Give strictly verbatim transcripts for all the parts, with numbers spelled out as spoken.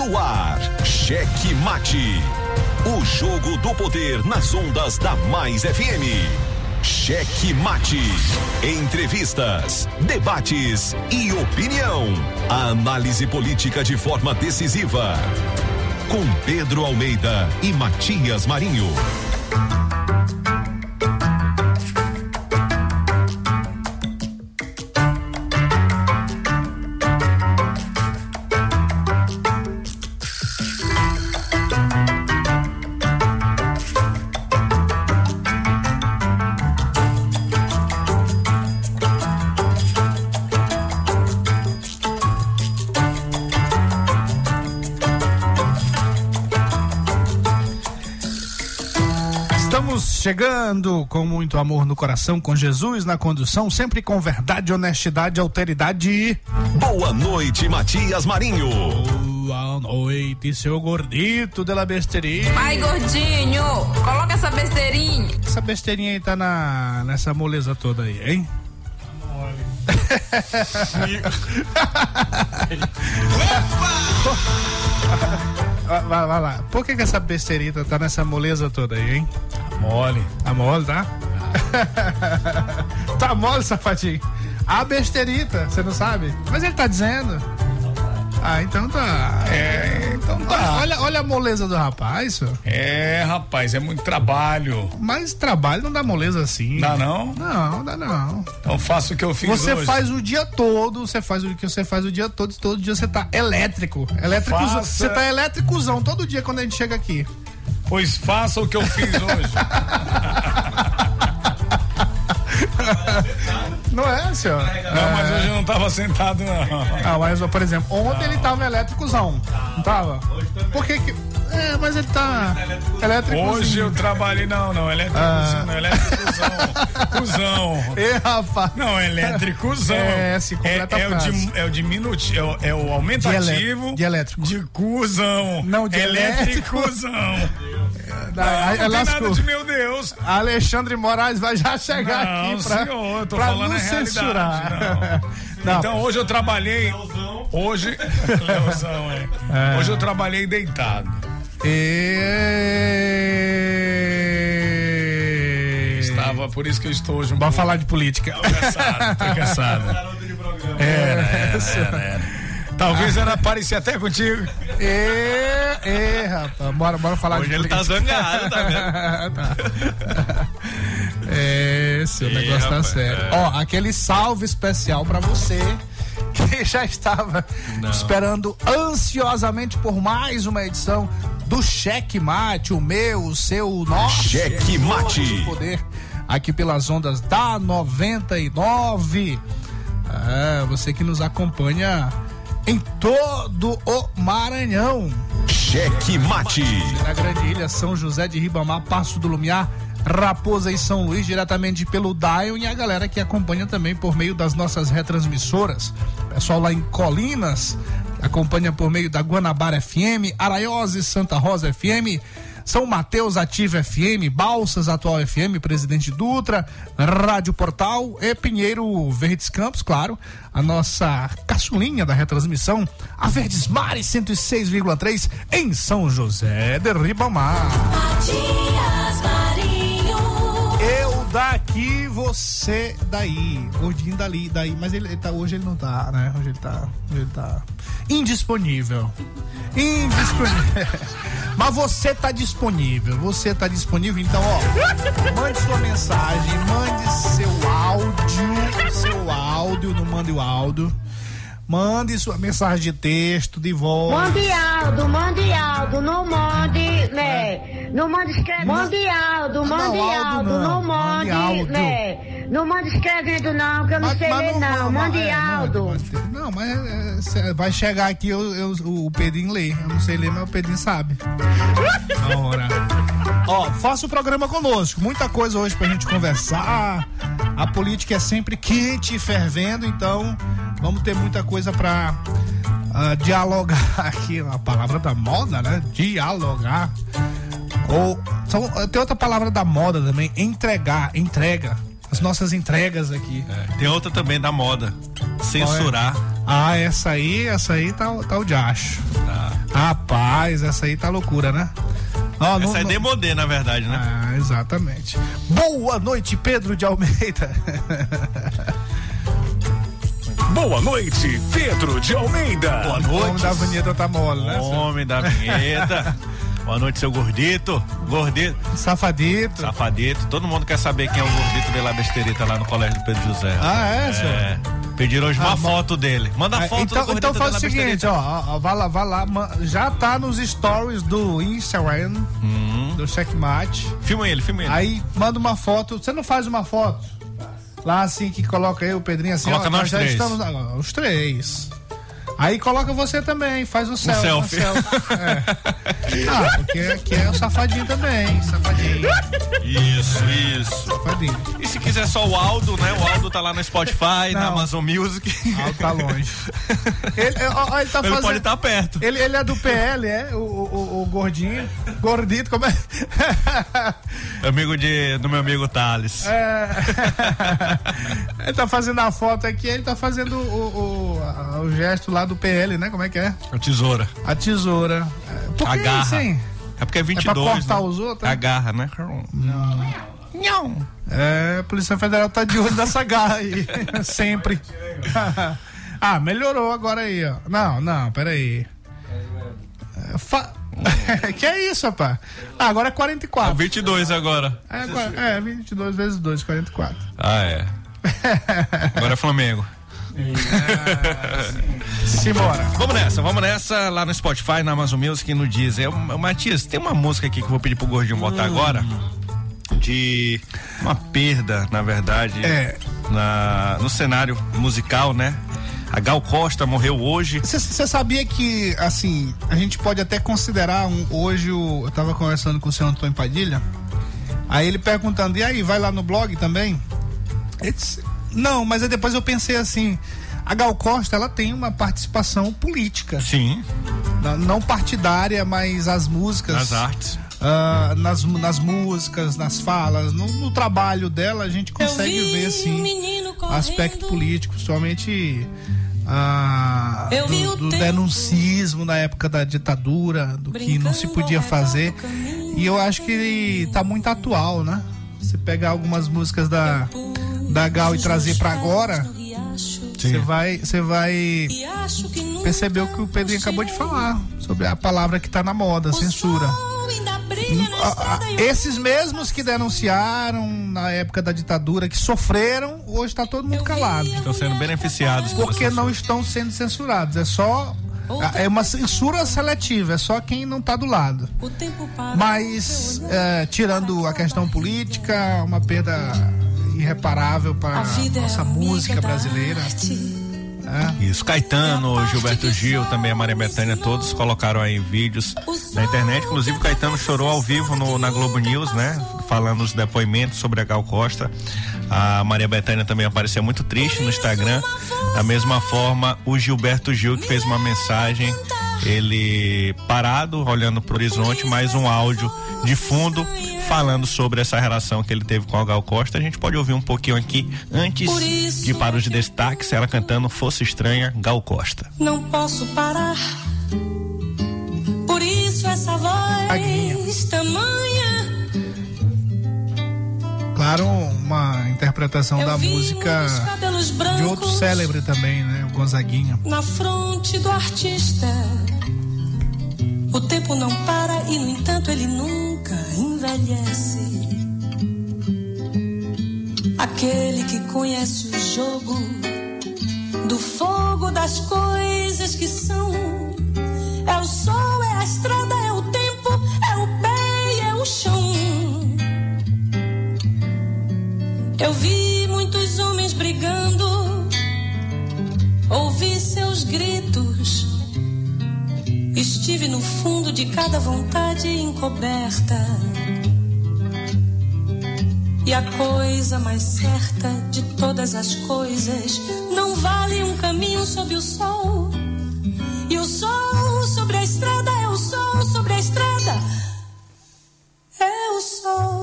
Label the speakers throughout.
Speaker 1: No ar, Cheque Mate. O jogo do poder nas ondas da Mais F M. Cheque Mate. Entrevistas, debates e opinião. A análise política de forma decisiva. Com Pedro Almeida e Matias Marinho.
Speaker 2: Chegando com muito amor no coração, com Jesus na condução, sempre com verdade, honestidade, alteridade.
Speaker 1: Boa noite, Matias Marinho.
Speaker 2: Boa noite, seu gordito de la besteirinha.
Speaker 3: Ai, gordinho, coloca essa besteirinha.
Speaker 2: Essa besteirinha aí tá na, nessa moleza toda aí, hein? Vai, vai lá. Por que que essa besteirinha tá nessa moleza toda aí, hein?
Speaker 4: Mole.
Speaker 2: Tá mole, tá? Tá mole, safadinho. A besteirita, você não sabe? Mas ele tá dizendo. Ah, então tá.
Speaker 4: É, então tá.
Speaker 2: Olha, olha a moleza do rapaz, senhor.
Speaker 4: É, rapaz, é muito trabalho.
Speaker 2: Mas trabalho não dá moleza assim.
Speaker 4: Dá não?
Speaker 2: Não, dá não.
Speaker 4: Então faço o que eu fiz
Speaker 2: você
Speaker 4: hoje.
Speaker 2: Você faz o dia todo, você faz o que você faz o dia todo, e todo dia você tá elétrico. Elétrico. Faça... Você tá elétricozão todo dia quando a gente chega aqui.
Speaker 4: Pois faça o que eu fiz hoje.
Speaker 2: Não é, senhor?
Speaker 4: Não, mas hoje eu não tava sentado, não.
Speaker 2: Ah, mas, por exemplo, ontem não. Ele tava elétricozão. Não tava? Por que que... É, mas ele tá elétricozão.
Speaker 4: Hoje eu trabalhei, não, não, elétricozão, ah. não, elétricozão. Cusão.
Speaker 2: Ê, rapaz.
Speaker 4: Não, elétricozão.
Speaker 2: É, se completa
Speaker 4: é, é, o di, é o diminutivo, é o, é o aumentativo
Speaker 2: de, de elétrico.
Speaker 4: De cuzão.
Speaker 2: Não, de
Speaker 4: elétricozão.
Speaker 2: Não,
Speaker 4: não, não tem nada de meu Deus.
Speaker 2: Alexandre Moraes vai já chegar
Speaker 4: não,
Speaker 2: aqui pra,
Speaker 4: senhor, eu tô
Speaker 2: pra
Speaker 4: falando
Speaker 2: não
Speaker 4: a
Speaker 2: censurar.
Speaker 4: Não. Não. Então hoje eu trabalhei. Hoje. Leozão, é. É. Hoje eu trabalhei deitado.
Speaker 2: E...
Speaker 4: Estava, por isso que eu estou hoje um
Speaker 2: Vamos falar de política.
Speaker 4: Tô cansado, tô cansado. Era, era, era, era. Talvez era parecer até contigo.
Speaker 2: Ê, ê, rapaz, bora, bora falar
Speaker 4: hoje
Speaker 2: de
Speaker 4: ele
Speaker 2: política.
Speaker 4: Tá zangado, tá vendo?
Speaker 2: Tá. É, seu e, negócio rapaz, tá sério. É. Ó, aquele salve especial pra você que já estava Não. esperando ansiosamente por mais uma edição do Cheque Mate, o meu, o seu, o nosso
Speaker 1: Cheque Mate
Speaker 2: poder aqui pelas ondas da noventa e nove. É, você que nos acompanha em todo o Maranhão.
Speaker 1: Cheque Mate.
Speaker 2: Na Grande Ilha, São José de Ribamar, Passo do Lumiar, Raposa e São Luís, diretamente pelo Dial, e a galera que acompanha também por meio das nossas retransmissoras. Pessoal lá em Colinas, acompanha por meio da Guanabara F M, Araiose Santa Rosa F M, São Mateus Ativa F M, Balsas Atual F M, Presidente Dutra, Rádio Portal e Pinheiro Verdes Campos, claro, a nossa caçulinha da retransmissão, a Verdes Mares cento e seis vírgula três em São José de Ribamar. Matias Marinho. Eu daqui, você daí. Gordinho dali, daí, mas ele, ele tá, hoje ele não tá, né? Hoje ele tá, hoje ele tá indisponível. Indisponível. Mas você tá disponível, você tá disponível, então, ó, mande sua mensagem, mande seu áudio, seu áudio, não mande o áudio, mande sua mensagem de texto, de voz.
Speaker 5: Mande áudio, mande áudio, não mande, né, não mande escrevendo, mande áudio, mande áudio, não mande, né, não mande escrevendo não, que eu não mas, sei mas ler não, não. Mande é, áudio.
Speaker 2: Não, mas é, vai chegar aqui eu, eu, o Pedrinho lê, eu não sei ler, mas o Pedrinho sabe. Ora. Ó, faça o programa conosco, muita coisa hoje pra gente conversar, a política é sempre quente e fervendo, então vamos ter muita coisa pra uh, dialogar aqui, a palavra da moda, né? Dialogar. Ou, são, tem outra palavra da moda também, entregar, entrega. As nossas entregas aqui.
Speaker 6: É, tem outra também da moda, censurar.
Speaker 2: Ah, essa aí, essa aí tá, tá o diacho.
Speaker 6: Tá.
Speaker 2: Rapaz, essa aí tá loucura, né?
Speaker 6: Oh, essa não, é demodê, na verdade, né?
Speaker 2: Ah, exatamente. Boa noite, Pedro de Almeida.
Speaker 1: Boa noite, Pedro de Almeida.
Speaker 6: Boa noite.
Speaker 2: O homem da vinheta tá mole, né?
Speaker 6: Homem da vinheta. Boa noite, seu gordito. Gordito.
Speaker 2: Safadito.
Speaker 6: Safadito. Todo mundo quer saber quem é o gordito de La Besterita lá no colégio do Pedro José.
Speaker 2: Ah, é, senhor?
Speaker 6: É. Pediram hoje uma
Speaker 2: ah,
Speaker 6: foto dele. Manda a foto
Speaker 2: então,
Speaker 6: do gordito.
Speaker 2: Então faz o seguinte,
Speaker 6: Besterita.
Speaker 2: ó, ó, vai lá, vai lá. Já tá nos stories do Instagram,
Speaker 6: hum.
Speaker 2: do Checkmate.
Speaker 6: Filma ele, filma ele.
Speaker 2: Aí manda uma foto. Você não faz uma foto? Lá assim, que coloca eu, o Pedrinho assim.
Speaker 6: Coloca
Speaker 2: ó,
Speaker 6: nós,
Speaker 2: nós já
Speaker 6: três.
Speaker 2: Estamos, ó, os três. Aí coloca você também, faz um selfie.
Speaker 6: Um selfie.
Speaker 2: É. Ah, porque aqui é o safadinho também, safadinho.
Speaker 6: Isso, isso.
Speaker 2: Safadinho.
Speaker 6: E se quiser só o Aldo, né? O Aldo tá lá no Spotify,
Speaker 2: Não.
Speaker 6: na Amazon Music.
Speaker 2: O Aldo tá longe. Ele, ó, ele, tá
Speaker 6: ele
Speaker 2: fazendo,
Speaker 6: pode estar tá perto.
Speaker 2: Ele, ele é do P L, é? O, o, o gordinho. Gordito, como é?
Speaker 6: Amigo de, do meu amigo Thales.
Speaker 2: É. Ele tá fazendo a foto aqui, ele tá fazendo o, o, o gesto lá do P L, né? Como é que é?
Speaker 6: A tesoura.
Speaker 2: A tesoura. Por que
Speaker 6: a garra.
Speaker 2: isso, hein?
Speaker 6: É porque é vinte e dois.
Speaker 2: É pra cortar
Speaker 6: né?
Speaker 2: os outros?
Speaker 6: A garra, né?
Speaker 2: Não. Não. É, a Polícia Federal tá de olho nessa garra aí. Sempre. Ah, melhorou agora aí, ó. Não, não, peraí. É, fa... Que é isso, rapaz? Ah, agora é quarenta e quatro.
Speaker 6: É vinte e dois agora.
Speaker 2: É, agora, é vinte e dois vezes dois, quarenta e quatro.
Speaker 6: Ah, é. Agora é Flamengo.
Speaker 2: Simbora.
Speaker 6: Vamos nessa, vamos nessa lá no Spotify, na Amazon Music, no Deezer. Eu, Matias, tem uma música aqui que eu vou pedir pro Gordinho botar hum. agora, de uma perda, na verdade, é. na, no cenário musical, né? A Gal Costa morreu hoje.
Speaker 2: Você sabia que, assim, a gente pode até considerar um, hoje, o, eu tava conversando com o senhor Antônio Padilha, aí ele perguntando, e aí, vai lá no blog também? Ele disse, não, mas aí depois eu pensei assim, a Gal Costa, ela tem uma participação política.
Speaker 6: Sim.
Speaker 2: Não, não partidária, mas as músicas.
Speaker 6: Nas artes.
Speaker 2: Uh, nas, nas músicas, nas falas, no, no trabalho dela, a gente consegue ver, assim, aspecto político, somente uh, do, do denuncismo na época da ditadura, do que não se podia fazer. E eu acho que tá muito atual, né? Você pegar algumas músicas da da Gal e trazer pra agora, você vai, você vai perceber o que o Pedrinho acabou de falar sobre a palavra que tá na moda, censura. Esses mesmos que denunciaram na época da ditadura, que sofreram, hoje tá todo mundo calado.
Speaker 6: Estão sendo beneficiados
Speaker 2: porque não estão sendo censurados. É só é uma censura seletiva, é só quem não tá do lado. Mas é, tirando a questão política, uma perda irreparável para a nossa música brasileira. É.
Speaker 6: Isso, Caetano, Gilberto Gil, também a Maria Bethânia, todos colocaram aí vídeos na internet. Inclusive o Caetano chorou ao vivo no, na Globo News, né? Falando os depoimentos sobre a Gal Costa. A Maria Bethânia também apareceu muito triste no Instagram. Da mesma forma, o Gilberto Gil, que fez uma mensagem, ele parado, olhando pro horizonte, mais um áudio de fundo falando sobre essa relação que ele teve com a Gal Costa. A gente pode ouvir um pouquinho aqui antes de ir para os destaques, ela cantando Fosse Estranha, Gal Costa.
Speaker 7: Não posso parar, por isso essa voz tamanha.
Speaker 2: Claro, uma interpretação Eu da música de outro célebre também, né? O Gonzaguinha.
Speaker 7: Na fronte do artista, o tempo não para e, no entanto, ele nunca envelhece. Aquele que conhece o jogo do fogo das coisas que são. É o sol, é a estrada, é o tempo, é o pé e é o chão. Eu vi muitos homens brigando, ouvi seus gritos. Estive no fundo de cada vontade encoberta. E a coisa mais certa de todas as coisas não vale um caminho sob o sol. E o sol sobre a estrada é o sol sobre a estrada. É o sol.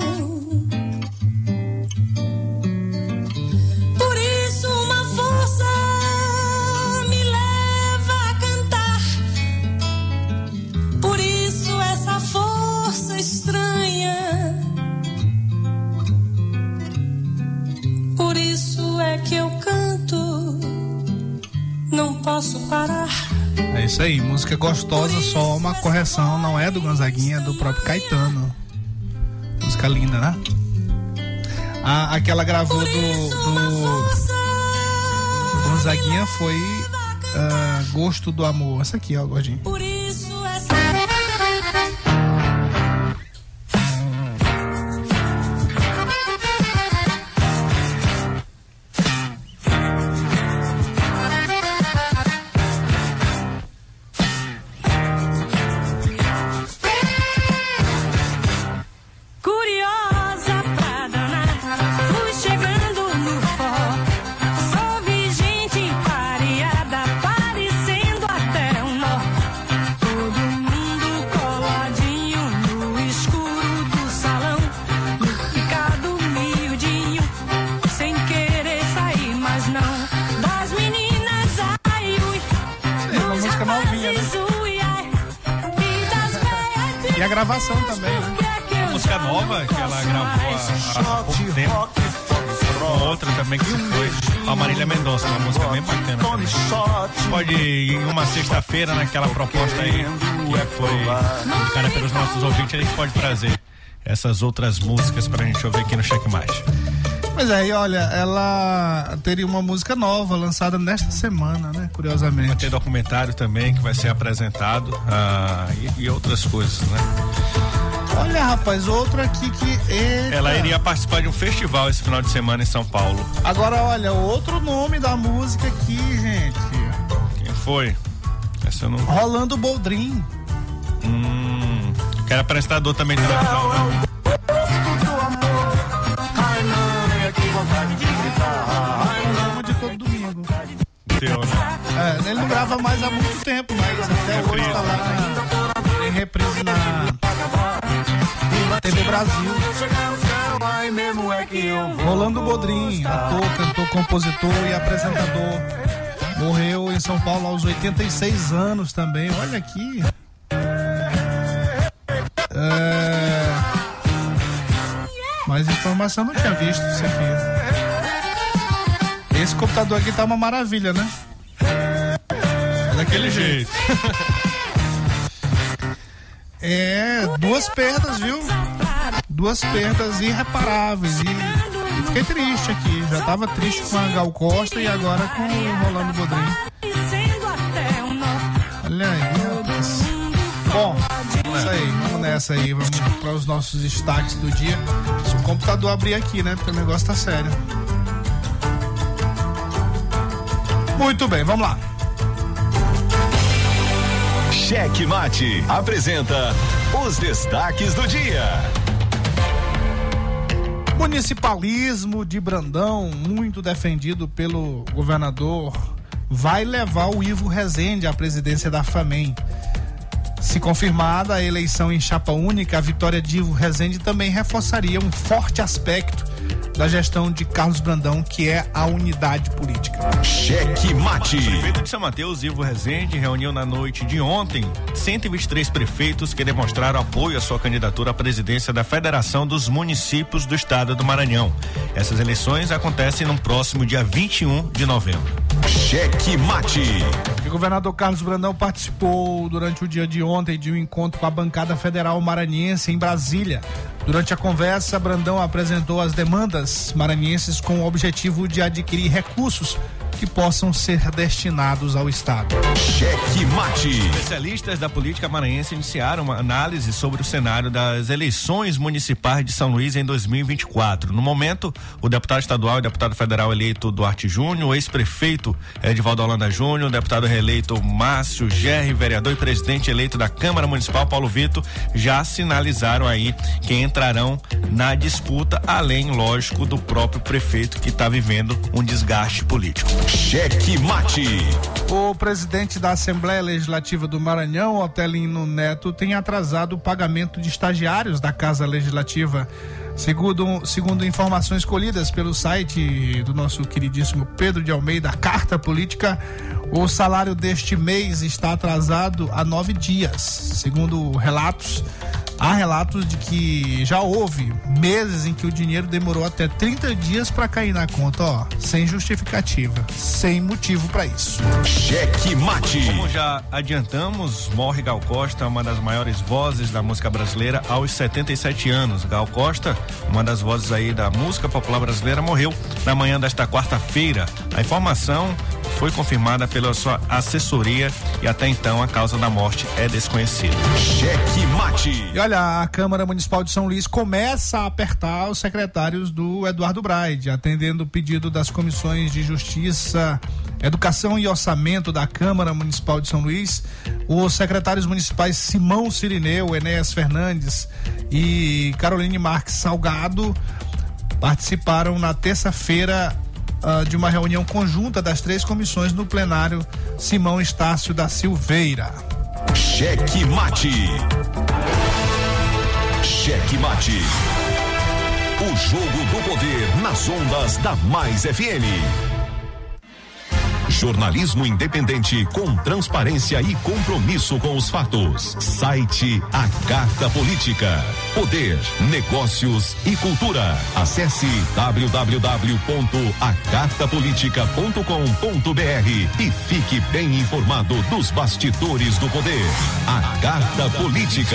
Speaker 7: Por isso uma força me leva
Speaker 2: isso aí, música gostosa, só uma correção, não é do Gonzaguinha, é do próprio Caetano. Música linda, né? A, a que ela gravou do, do Gonzaguinha foi uh, Gosto do Amor. Essa aqui, ó, Gordinho.
Speaker 7: Por isso essa...
Speaker 2: E a gravação também, né?
Speaker 6: Uma música nova que ela gravou há, há pouco tempo. Uma outra também que se foi, a Marília Mendonça, uma música bem bacana também. Pode ir em uma sexta-feira naquela proposta aí que foi indicada pelos nossos ouvintes, a gente pode trazer essas outras músicas pra gente ouvir aqui no Checkmate.
Speaker 2: Pois é, e olha, ela teria uma música nova lançada nesta semana, né? Curiosamente.
Speaker 6: Vai ter documentário também que vai ser apresentado ah, e, e outras coisas, né?
Speaker 2: Olha, rapaz, outro aqui que... Eita.
Speaker 6: Ela iria participar de um festival esse final de semana em São Paulo.
Speaker 2: Agora, olha, outro nome da música aqui, gente.
Speaker 6: Quem foi? Essa eu não...
Speaker 2: Rolando Boldrin.
Speaker 6: Hum, que era apresentador também de televisão, né?
Speaker 2: De todo domingo.
Speaker 6: Teu, né?
Speaker 2: É, ele não grava mais há muito tempo, mas até
Speaker 6: Reprise.
Speaker 2: hoje tá lá na, em reprise na T V Brasil. Rolando Boldrin, ator, cantor, compositor e apresentador. Morreu em São Paulo aos oitenta e seis anos também. Olha aqui. É... Mais informação não tinha visto isso aqui. Esse computador aqui tá uma maravilha, né? É daquele jeito. É, duas perdas, viu? Duas perdas irreparáveis. E fiquei triste aqui. Já tava triste com a Gal Costa e agora com o Rolando Boldrin. Olha aí, rapaz. Bom, isso aí, vamos nessa aí. Vamos para os nossos destaques do dia. Se o computador abrir aqui, né? Porque o negócio tá sério. Muito bem, vamos lá.
Speaker 1: Checkmate apresenta os destaques do dia.
Speaker 2: Municipalismo de Brandão, muito defendido pelo governador, vai levar o Ivo Rezende à presidência da FAMEM. Se confirmada a eleição em chapa única, a vitória de Ivo Rezende também reforçaria um forte aspecto da gestão de Carlos Brandão, que é a unidade política.
Speaker 1: Checkmate.
Speaker 6: O prefeito de São Mateus, Ivo Rezende, reuniu na noite de ontem cento e vinte e três prefeitos que demonstraram apoio à sua candidatura à presidência da Federação dos Municípios do Estado do Maranhão. Essas eleições acontecem no próximo dia vinte e um de novembro.
Speaker 1: Checkmate.
Speaker 2: O governador Carlos Brandão participou durante o dia de ontem de um encontro com a bancada federal maranhense em Brasília. Durante a conversa, Brandão apresentou as demandas maranhenses com o objetivo de adquirir recursos que possam ser destinados ao Estado.
Speaker 1: Checkmate.
Speaker 6: Especialistas da política maranhense iniciaram uma análise sobre o cenário das eleições municipais de São Luís em dois mil e vinte e quatro. No momento, o deputado estadual e deputado federal eleito Duarte Júnior, o ex-prefeito Edivaldo Holanda Júnior, o deputado reeleito Márcio Gerri, vereador e presidente eleito da Câmara Municipal Paulo Vitor, já sinalizaram aí que entrarão na disputa, além, lógico, do próprio prefeito que está vivendo um desgaste político.
Speaker 1: Checkmate.
Speaker 2: O presidente da Assembleia Legislativa do Maranhão, Otelino Neto, tem atrasado o pagamento de estagiários da Casa Legislativa. Segundo, segundo informações colhidas pelo site do nosso queridíssimo Pedro de Almeida, Carta Política, o salário deste mês está atrasado há nove dias. Segundo relatos Há relatos de que já houve meses em que o dinheiro demorou até trinta dias para cair na conta, ó, sem justificativa, sem motivo para isso.
Speaker 1: Cheque Mate.
Speaker 6: Como já adiantamos, morre Gal Costa, uma das maiores vozes da música brasileira, aos setenta e sete anos. Gal Costa, uma das vozes aí da música popular brasileira, morreu na manhã desta quarta-feira. A informação foi confirmada pela sua assessoria e até então a causa da morte é desconhecida.
Speaker 1: Cheque Mate.
Speaker 2: E olha, a Câmara Municipal de São Luís começa a apertar os secretários do Eduardo Braide, atendendo o pedido das comissões de Justiça, Educação e Orçamento da Câmara Municipal de São Luís. Os secretários municipais Simão Cirineu, Enéas Fernandes e Caroline Marques Salgado participaram na terça-feira uh, de uma reunião conjunta das três comissões no plenário Simão Estácio da Silveira.
Speaker 1: Cheque Mate. Cheque Mate. O jogo do poder nas ondas da Mais F M. Jornalismo independente com transparência e compromisso com os fatos. Site A Carta Política. Poder, negócios e cultura. Acesse w w w ponto a carta política ponto com ponto b r e fique bem informado dos bastidores do poder. A Carta Política.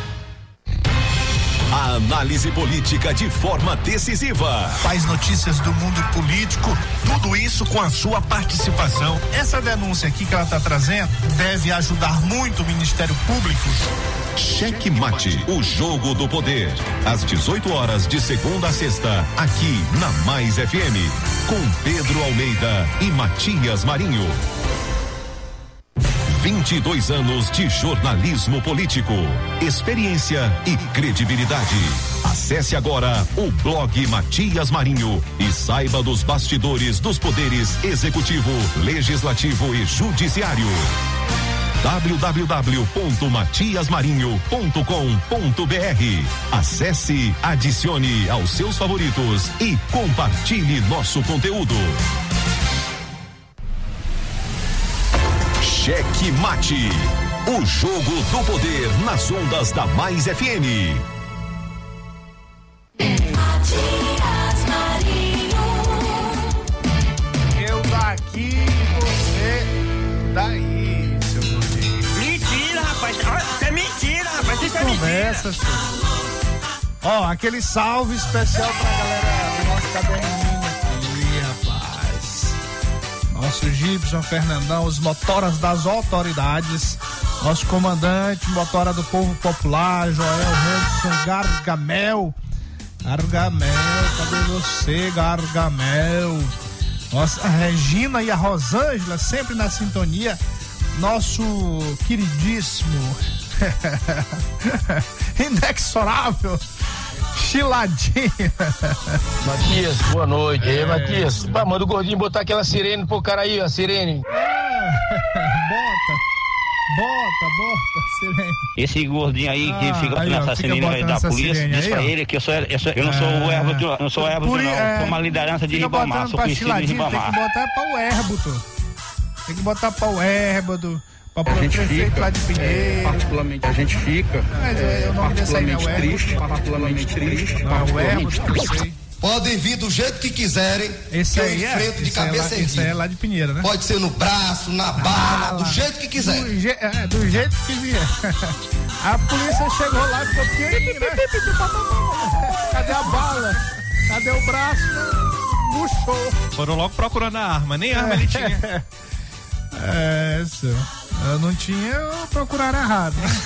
Speaker 1: A análise política de forma decisiva.
Speaker 8: Faz notícias do mundo político, tudo isso com a sua participação.
Speaker 2: Essa denúncia aqui que ela está trazendo deve ajudar muito o Ministério Público.
Speaker 1: Cheque Mate, o jogo do poder. Às dezoito horas de segunda a sexta, aqui na Mais F M, com Pedro Almeida e Matias Marinho. vinte e dois anos de jornalismo político, experiência e credibilidade. Acesse agora o blog Matias Marinho e saiba dos bastidores dos poderes executivo, legislativo e judiciário. w w w ponto matias marinho ponto com ponto b r. Acesse, adicione aos seus favoritos e compartilhe nosso conteúdo. Cheque Mate, o jogo do poder nas ondas da Mais F M.
Speaker 2: Eu daqui, você daí, seu gordinho.
Speaker 9: Mentira, rapaz, isso é mentira, rapaz, isso é
Speaker 2: Conversa,
Speaker 9: mentira.
Speaker 2: Ó, aquele salve especial pra galera do nosso caderninho aqui, rapaz. Nosso Gibson Fernandão, os motoras das autoridades, nosso comandante, motora do povo popular, Joel Robson Gargamel. Gargamel, cadê você, Gargamel? Nossa, a Regina e a Rosângela, sempre na sintonia. Nosso queridíssimo, inexorável Chiladinho.
Speaker 10: Matias, boa noite. É. Ei, Matias, pá, manda o gordinho botar aquela sirene pro cara aí, a sirene.
Speaker 2: É, bota, bota, bota, sirene.
Speaker 11: Esse gordinho aí que
Speaker 2: Ah,
Speaker 11: fica
Speaker 2: aí,
Speaker 11: nessa
Speaker 2: ó, fica
Speaker 11: sirene
Speaker 2: botando
Speaker 11: da
Speaker 2: essa
Speaker 11: polícia,
Speaker 2: sirene
Speaker 11: diz
Speaker 2: aí,
Speaker 11: pra
Speaker 2: ó.
Speaker 11: ele que eu, sou, eu, sou, eu não sou o
Speaker 2: É.
Speaker 11: Herbuto, não sou Herbuto,
Speaker 2: Por-
Speaker 11: não.
Speaker 2: é,
Speaker 11: Sou uma liderança de
Speaker 2: fica
Speaker 11: Ribamar,
Speaker 2: botando
Speaker 11: sou
Speaker 2: pra
Speaker 11: conhecido em
Speaker 2: Chiladinho, tem que
Speaker 11: Ribamar.
Speaker 2: botar pra o Herbuto. Tem que botar pra o Herbuto, pra
Speaker 12: A
Speaker 2: o
Speaker 12: gente
Speaker 2: prefeito
Speaker 12: fica,
Speaker 2: lá de Pinheiro.
Speaker 12: particularmente, a gente fica
Speaker 2: Mas é, o nome desse aí não é o
Speaker 12: particularmente
Speaker 2: Herbuto.
Speaker 12: triste, particularmente triste,
Speaker 2: Não, o
Speaker 12: particularmente
Speaker 2: Herbuto, não sei.
Speaker 13: Podem vir do jeito que quiserem,
Speaker 2: Esse
Speaker 13: que eu
Speaker 2: aí é,
Speaker 13: enfrento de
Speaker 2: esse aí é
Speaker 13: cabeça
Speaker 2: lá- esse aí é
Speaker 13: erguida.
Speaker 2: lá de Pinheiro, né?
Speaker 13: Pode ser no braço, na bala, do jeito que quiser.
Speaker 2: Do, je, é, do jeito que vier. A polícia chegou lá e ficou pequenininho, né? Cadê a bala? Cadê o braço? Murchou.
Speaker 6: Foram logo procurando a arma, nem arma ele tinha.
Speaker 2: É, isso. Eu não tinha, procuraram errado. Né?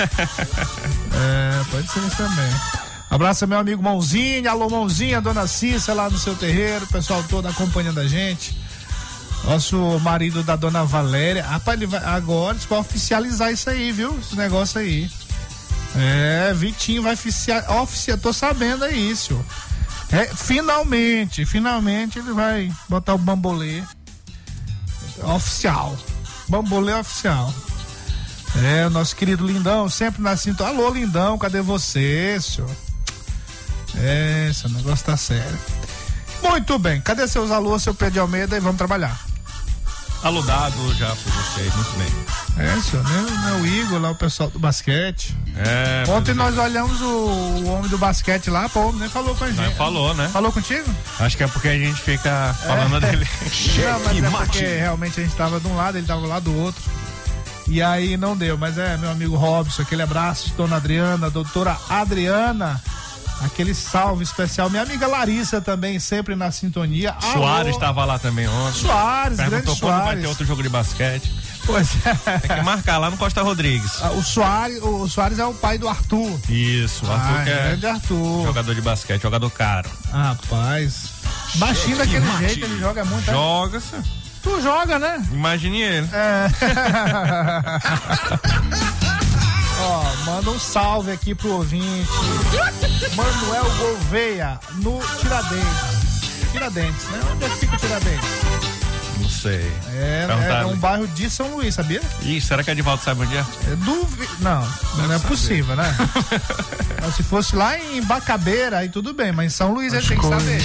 Speaker 2: É, pode ser isso também. Abraço meu amigo Mãozinha, alô Mãozinha, dona Cícia lá no seu terreiro, o pessoal todo acompanhando a gente. Nosso marido da dona Valéria. Rapaz, ele vai, agora vai oficializar isso aí, viu? Esse negócio aí. É, Vitinho vai oficializar, oficia, tô sabendo aí, senhor. É, finalmente, finalmente ele vai botar o bambolê oficial. Bambolê oficial. É, o nosso querido Lindão, sempre na cinta. Alô, Lindão, cadê você, senhor? É, esse negócio tá sério. Muito bem, cadê seus alô, seu Pedro de Almeida? E vamos trabalhar.
Speaker 6: Saludado já por vocês, muito bem.
Speaker 2: É, senhor, né? né? O Igor lá, o pessoal do basquete.
Speaker 6: É.
Speaker 2: Ontem nós olhamos o, o homem do basquete lá, pô, nem falou com a gente.
Speaker 6: Não, falou, né?
Speaker 2: Falou contigo?
Speaker 6: Acho que é porque a gente fica falando é. dele.
Speaker 2: Não, mas é porque realmente a gente tava de um lado, ele tava lá do outro. E aí não deu, mas é meu amigo Robson, aquele abraço, dona Adriana, doutora Adriana, aquele salve especial. Minha amiga Larissa também, sempre na sintonia.
Speaker 6: Soares estava lá também ontem.
Speaker 2: Soares, grande
Speaker 6: Perguntou quando
Speaker 2: Soares.
Speaker 6: vai ter outro jogo de basquete.
Speaker 2: Pois é.
Speaker 6: Tem que marcar lá no Costa Rodrigues.
Speaker 2: Ah, o Soares, o Soares é o pai do Arthur.
Speaker 6: Isso, o Arthur
Speaker 2: ah,
Speaker 6: que é
Speaker 2: grande Arthur.
Speaker 6: Jogador de basquete, jogador caro.
Speaker 2: Rapaz, baixinho daquele mate. jeito, ele joga muito.
Speaker 6: Joga, senhor.
Speaker 2: Tu joga, né?
Speaker 6: Imagine ele.
Speaker 2: É. Ó, manda um salve aqui pro ouvinte. Manuel Gouveia, no Tiradentes. Tiradentes, né? Onde é que fica o Tiradentes?
Speaker 6: Não sei.
Speaker 2: É, é um bairro de São Luís, sabia?
Speaker 6: Ih, será que Edivaldo sabe onde é?
Speaker 2: é duvi... Não, não, não é possível, né? Se fosse lá em Bacabeira, aí tudo bem, mas em São Luís ele tem que saber.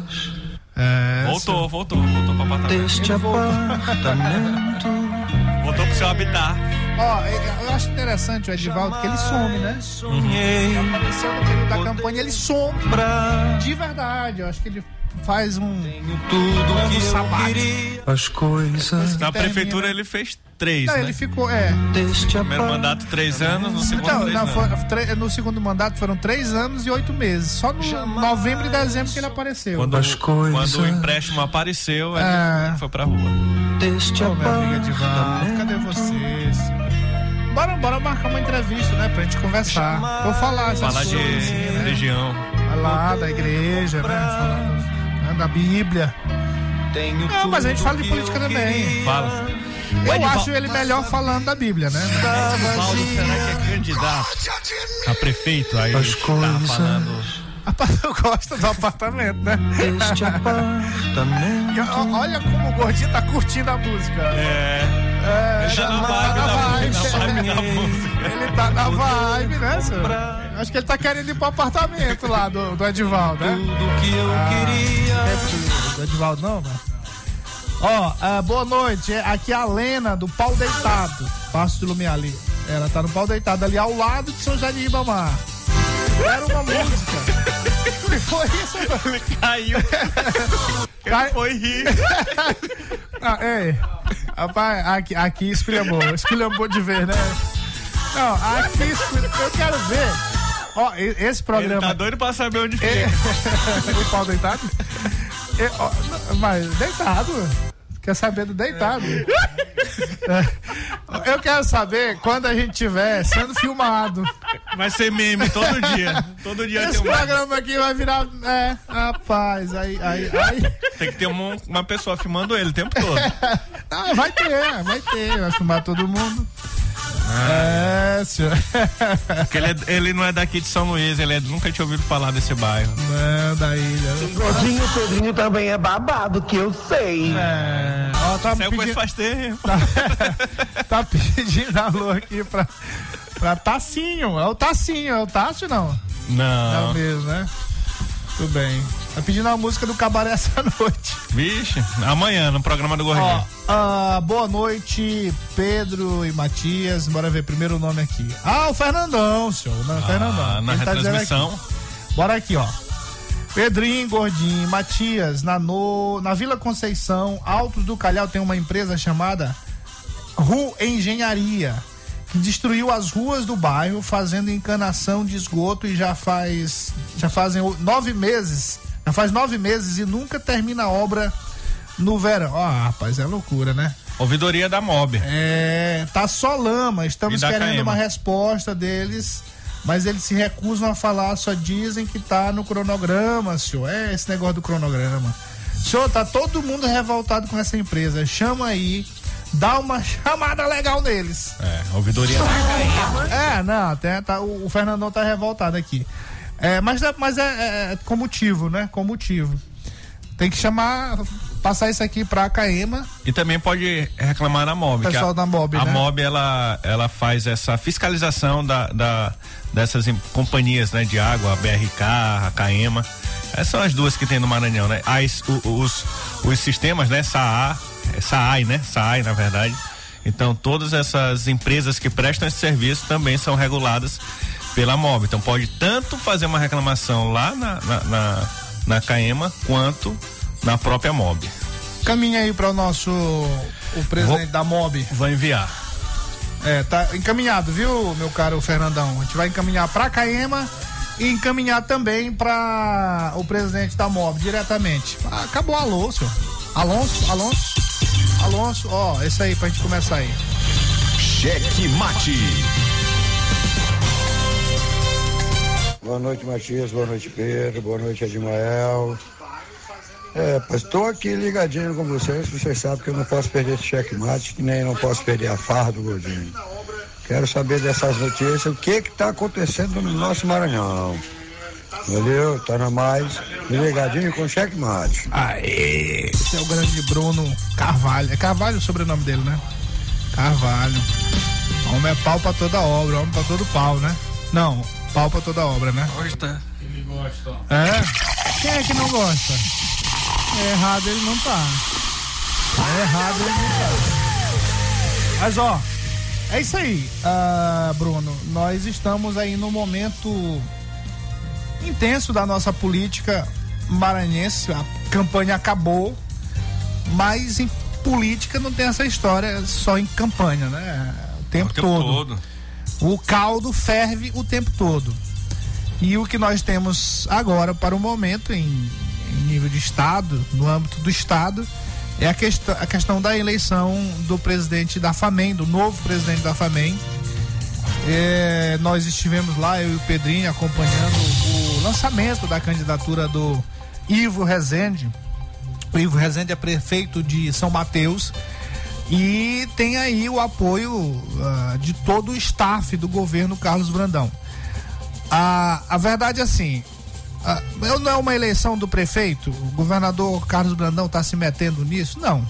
Speaker 6: É, voltou, sim. voltou, voltou pro apartamento.
Speaker 2: Deste apartamento.
Speaker 6: Voltou pro seu habitat.
Speaker 2: Ó, eu acho interessante o Edivaldo, que ele some, né? Sonhei. Ele apareceu no período da campanha, ele some. De verdade, eu acho que ele faz um
Speaker 6: tudo
Speaker 2: um
Speaker 6: que
Speaker 2: sabático.
Speaker 6: As coisas. Na prefeitura termina. Ele fez três,
Speaker 2: não,
Speaker 6: né?
Speaker 2: ele ficou, é.
Speaker 6: Primeiro mandato, três anos, no segundo, não, três
Speaker 2: não,
Speaker 6: anos.
Speaker 2: Foi, no segundo mandato foram três anos e oito meses. Só no novembro e dezembro que ele apareceu.
Speaker 6: Quando, As coisas. Quando o empréstimo apareceu, ele é. foi pra rua.
Speaker 2: Deste oh, minha amiga Edivaldo, cadê vocês? Bora, bora marcar uma entrevista, né? Pra gente conversar. Vou falar.
Speaker 6: Falar de
Speaker 2: assim,
Speaker 6: religião.
Speaker 2: Né? Falar da igreja, né? Falar né? da Bíblia.
Speaker 6: Tenho
Speaker 2: não, mas a gente fala de política também.
Speaker 6: Fala.
Speaker 2: Eu Edivaldo, acho ele melhor falando da Bíblia, né?
Speaker 6: Edivaldo, será que é candidato a prefeito? Aí As tá falando...
Speaker 2: Eu gosto do apartamento, né?
Speaker 6: Este apartamento.
Speaker 2: E, olha como o Gordinho tá curtindo a música.
Speaker 6: É.
Speaker 2: é
Speaker 6: ele tá na vibe, tá na vibe, na vibe da música.
Speaker 2: Ele tá na vibe, né, senhor? Acho que ele tá querendo ir pro apartamento lá do, do Edivaldo, né?
Speaker 6: Tudo que eu ah, queria.
Speaker 2: É do Edivaldo não, mano? Ó, uh, boa noite. Aqui é a Lena do Pau Deitado. Passo de Lumiar ali. Ela tá no Pau Deitado ali ao lado de São José de Ribamar. Era uma música. O que foi isso?
Speaker 6: Ele caiu. Ele foi rir.
Speaker 2: Ah, ei, rapaz, aqui, aqui esculhambou. Esculhambou de ver, né? Não, aqui esculhambou. Eu quero ver. Ó, esse programa.
Speaker 6: Ele tá doido pra saber onde fica.
Speaker 2: O pau deitado? E, ó, mas deitado. Quer saber do deitado? Eu quero saber quando a gente tiver sendo filmado.
Speaker 6: Vai ser meme todo dia. Todo dia
Speaker 2: esse
Speaker 6: tem um
Speaker 2: programa aqui vai virar. É, rapaz, aí. aí, aí.
Speaker 6: Tem que ter uma, uma pessoa filmando ele o tempo todo.
Speaker 2: Ah, vai ter, vai ter. Vai filmar todo mundo. Ah, é, senhor.
Speaker 6: Porque ele, é, ele não é daqui de São Luís, ele é, nunca tinha ouvido falar desse bairro.
Speaker 2: Não, da ilha.
Speaker 14: Gordinho, o Pedrinho também é babado, que eu sei.
Speaker 2: É. Ó, tá
Speaker 6: Saiu pedindo... faz tempo.
Speaker 2: Tá, tá pedindo alô aqui pra, pra Tacinho. É o Tacinho, é o Tássio não?
Speaker 6: Não.
Speaker 2: É o mesmo, né? Tudo bem. Tá pedindo a música do Cabaré essa noite.
Speaker 6: Vixe, amanhã no programa do Gordinho.
Speaker 2: Ó, uh, boa noite, Pedro e Matias. Bora ver primeiro o nome aqui. Ah, o Fernandão, senhor. Não,
Speaker 6: ah,
Speaker 2: Fernandão.
Speaker 6: Na
Speaker 2: Ele
Speaker 6: retransmissão.
Speaker 2: Tá aqui. Bora aqui, ó. Pedrinho, Gordinho, Matias, na, no, na Vila Conceição, Altos do Calhau, tem uma empresa chamada Ru Engenharia, que destruiu as ruas do bairro, fazendo encanação de esgoto e já faz, já fazem nove meses, já faz nove meses e nunca termina a obra no verão. Ó, oh, rapaz, é loucura, né?
Speaker 6: Ouvidoria da Mob.
Speaker 2: É, tá só lama, estamos querendo Caema. uma resposta deles, mas eles se recusam a falar, só dizem que tá no cronograma, senhor. É esse negócio do cronograma. Senhor, tá todo mundo revoltado com essa empresa. Chama aí, dá uma chamada legal neles.
Speaker 6: É, ouvidoria da Caema.
Speaker 2: É, não, até tá, o, o Fernandão tá revoltado aqui. É, mas é, mas é, é com motivo, né? Com motivo. Tem que chamar, passar isso aqui pra Caema.
Speaker 6: E também pode reclamar na Mob.
Speaker 2: O pessoal
Speaker 6: a,
Speaker 2: da Mob,
Speaker 6: A
Speaker 2: né?
Speaker 6: Mob, ela, ela faz essa fiscalização da, da, dessas companhias, né? De água, a B R K, a Caema. Essas são as duas que tem no Maranhão, né? As, os, os sistemas, né? S A A é SAAI, né? SAAI, na verdade. Então, todas essas empresas que prestam esse serviço também são reguladas pela MOB. Então, pode tanto fazer uma reclamação lá na, na, na, na CAEMA, quanto na própria MOB.
Speaker 2: Caminha aí para o nosso o presidente vou, da MOB.
Speaker 6: Vou enviar.
Speaker 2: É, tá encaminhado, viu, meu caro Fernandão? A gente vai encaminhar para a CAEMA e encaminhar também para o presidente da MOB diretamente. Ah, acabou o alô, senhor. Alonso, Alonso, Alonso, ó, esse aí pra gente começar aí.
Speaker 1: Cheque Mate.
Speaker 15: Boa noite, Matias, boa noite, Pedro, boa noite, Edmael. É, pois estou aqui ligadinho com vocês, vocês sabem que eu não posso perder esse cheque mate, nem não posso perder a farra do Gordinho. Quero saber dessas notícias, o que que tá acontecendo no nosso Maranhão. Valeu, tá na mais, ligadinho com cheque mate.
Speaker 2: Aê! Esse é o grande Bruno Carvalho. É Carvalho o sobrenome dele, né? Carvalho. Homem é pau pra toda obra, homem pra todo pau, né? Não, pau pra toda obra, né?
Speaker 6: Hoje tá.
Speaker 2: Ele gosta. É? Quem é que não gosta? É errado ele não tá. É errado ele não tá. Mas ó, é isso aí, uh, Bruno. Nós estamos aí no momento intenso da nossa política maranhense. A campanha acabou, mas em política não tem essa história só em campanha, né? O tempo, o tempo todo. todo. O caldo ferve o tempo todo. E o que nós temos agora para o momento em, em nível de estado, no âmbito do estado, é a questão, a questão da eleição do presidente da FAMEM, do novo presidente da FAMEM. É, nós estivemos lá, eu e o Pedrinho, acompanhando o lançamento da candidatura do Ivo Rezende. O Ivo Rezende é prefeito de São Mateus e tem aí o apoio uh, de todo o staff do governo Carlos Brandão. A, a verdade é assim, uh, não é uma eleição do prefeito, o governador Carlos Brandão está se metendo nisso? Não.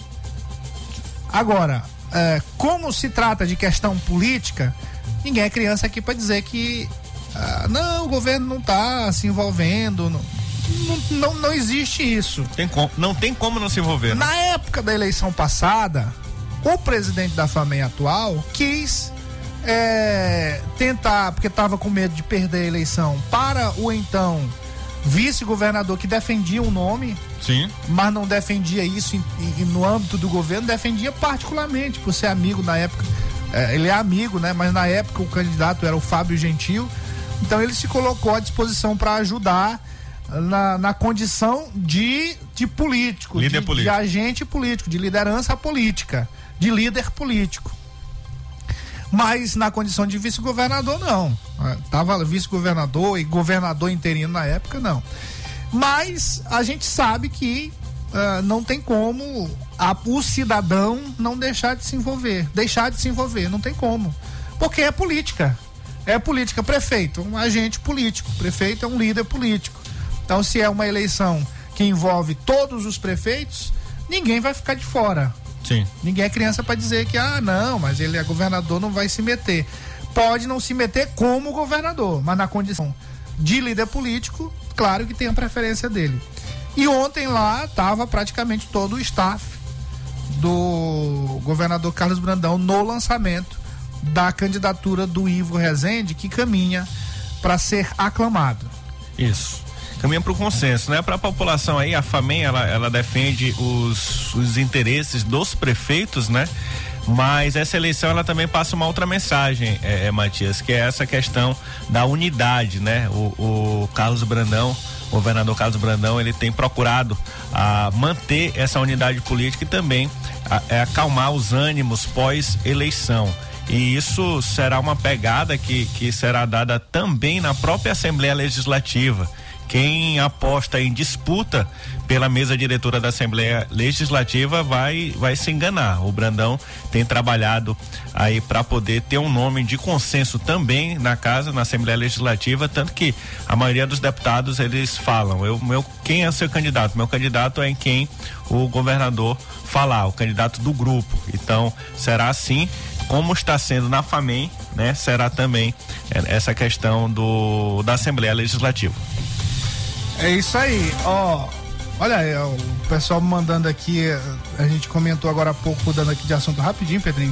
Speaker 2: Agora, uh, como se trata de questão política, ninguém é criança aqui para dizer que uh, não, o governo não está se envolvendo, não, não, não, não existe isso.
Speaker 6: Tem com, não tem como não se envolver. Né?
Speaker 2: Na época da eleição passada, o presidente da FAMEM atual quis é, tentar, porque estava com medo de perder a eleição, para o então vice-governador que defendia o nome,
Speaker 6: sim,
Speaker 2: mas não defendia isso em, em, no âmbito do governo, defendia particularmente, por ser amigo na época. É, ele é amigo, né? Mas na época o candidato era o Fábio Gentil, então ele se colocou à disposição para ajudar na, na condição de, de político,
Speaker 6: líder
Speaker 2: de,
Speaker 6: político,
Speaker 2: de agente político, de liderança política, de líder político. Mas na condição de vice-governador, não. Tava vice-governador e governador interino na época, não. Mas a gente sabe que uh, não tem como a, o cidadão não deixar de se envolver. Deixar de se envolver, não tem como. Porque é política. É política. Prefeito, um agente político. Prefeito é um líder político. Então, se é uma eleição que envolve todos os prefeitos, ninguém vai ficar de fora.
Speaker 6: Sim.
Speaker 2: Ninguém é criança para dizer que, ah, não, mas ele é governador, não vai se meter. Pode não se meter como governador, mas na condição de líder político, claro que tem a preferência dele. E ontem lá estava praticamente todo o staff do governador Carlos Brandão no lançamento da candidatura do Ivo Rezende, que caminha para ser aclamado.
Speaker 6: Isso. Caminha para o consenso, né? Para a população aí, a FAMEM, ela, ela defende os, os interesses dos prefeitos, né? Mas essa eleição, ela também passa uma outra mensagem, é, é, Matias, que é essa questão da unidade, né? O, o Carlos Brandão, o governador Carlos Brandão, ele tem procurado a, manter essa unidade política e também a, a, acalmar os ânimos pós-eleição. E isso será uma pegada que, que será dada também na própria Assembleia Legislativa. Quem aposta em disputa pela mesa diretora da Assembleia Legislativa vai, vai se enganar. O Brandão tem trabalhado aí para poder ter um nome de consenso também na casa, na Assembleia Legislativa, tanto que a maioria dos deputados, eles falam, eu, meu, quem é o seu candidato? Meu candidato é em quem o governador falar, o candidato do grupo. Então, será assim, como está sendo na FAMEM, né? Será também essa questão do, da Assembleia Legislativa.
Speaker 2: É isso aí, ó, Olha aí, o pessoal mandando aqui, a gente comentou agora há pouco, mudando aqui de assunto rapidinho, Pedrinho.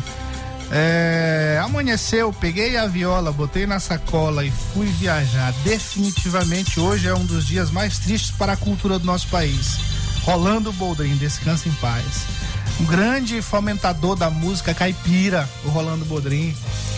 Speaker 2: É, amanheceu, peguei a viola, botei na sacola e fui viajar. Definitivamente hoje é um dos dias mais tristes para a cultura do nosso país. Rolando Boldrin, descansa em paz. Um grande fomentador da música caipira, o Rolando Boldrin.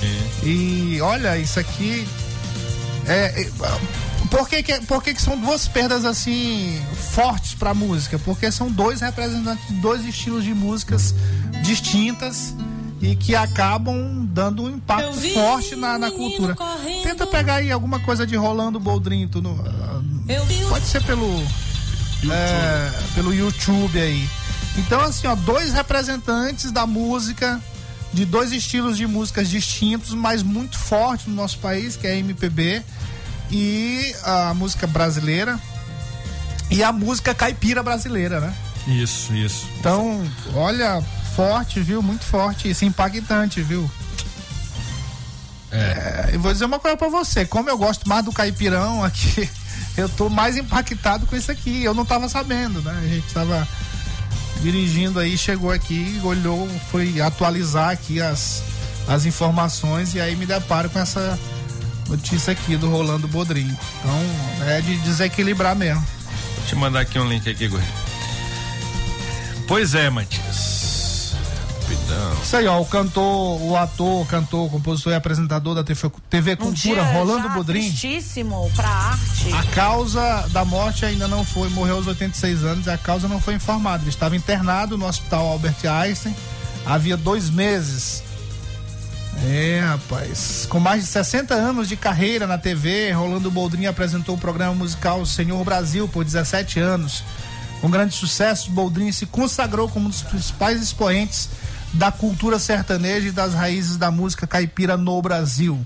Speaker 2: E olha, isso aqui é, é por que que, por que que são duas perdas assim fortes para a música? Porque são dois representantes de dois estilos de músicas distintas e que acabam dando um impacto forte na, na cultura. Tenta pegar aí alguma coisa de Rolando Boldrin, tu no, pode ser pelo YouTube. É, pelo YouTube aí. Então assim, ó, dois representantes da música de dois estilos de músicas distintos, mas muito fortes no nosso país, que é a M P B e a música brasileira e a música caipira brasileira, né?
Speaker 6: Isso, isso.
Speaker 2: Então, olha, forte, viu? Muito forte, isso, impactante, viu? É. É, eu vou dizer uma coisa pra você, como eu gosto mais do caipirão aqui, eu tô mais impactado com isso aqui, eu não tava sabendo, né? A gente tava dirigindo aí, chegou aqui, olhou, foi atualizar aqui as, as informações e aí me deparo com essa notícia aqui do Rolando Boldrin. Então, é de desequilibrar mesmo.
Speaker 6: Vou te mandar aqui um link aqui, Gordinho. Pois é, Matias. Rapidão.
Speaker 2: Isso aí, ó, o cantor, o ator, cantor, compositor e apresentador da T V, T V Cultura, um Rolando Boldrin.
Speaker 16: Tristíssimo pra arte.
Speaker 2: A causa da morte ainda não foi, morreu aos oitenta e seis anos, e a causa não foi informada. Ele estava internado no Hospital Albert Einstein havia dois meses. É, rapaz, com mais de sessenta anos de carreira na T V, Rolando Boldrin apresentou o programa musical Senhor Brasil por dezessete anos. Com grande sucesso, Boldrin se consagrou como um dos principais expoentes da cultura sertaneja e das raízes da música caipira no Brasil.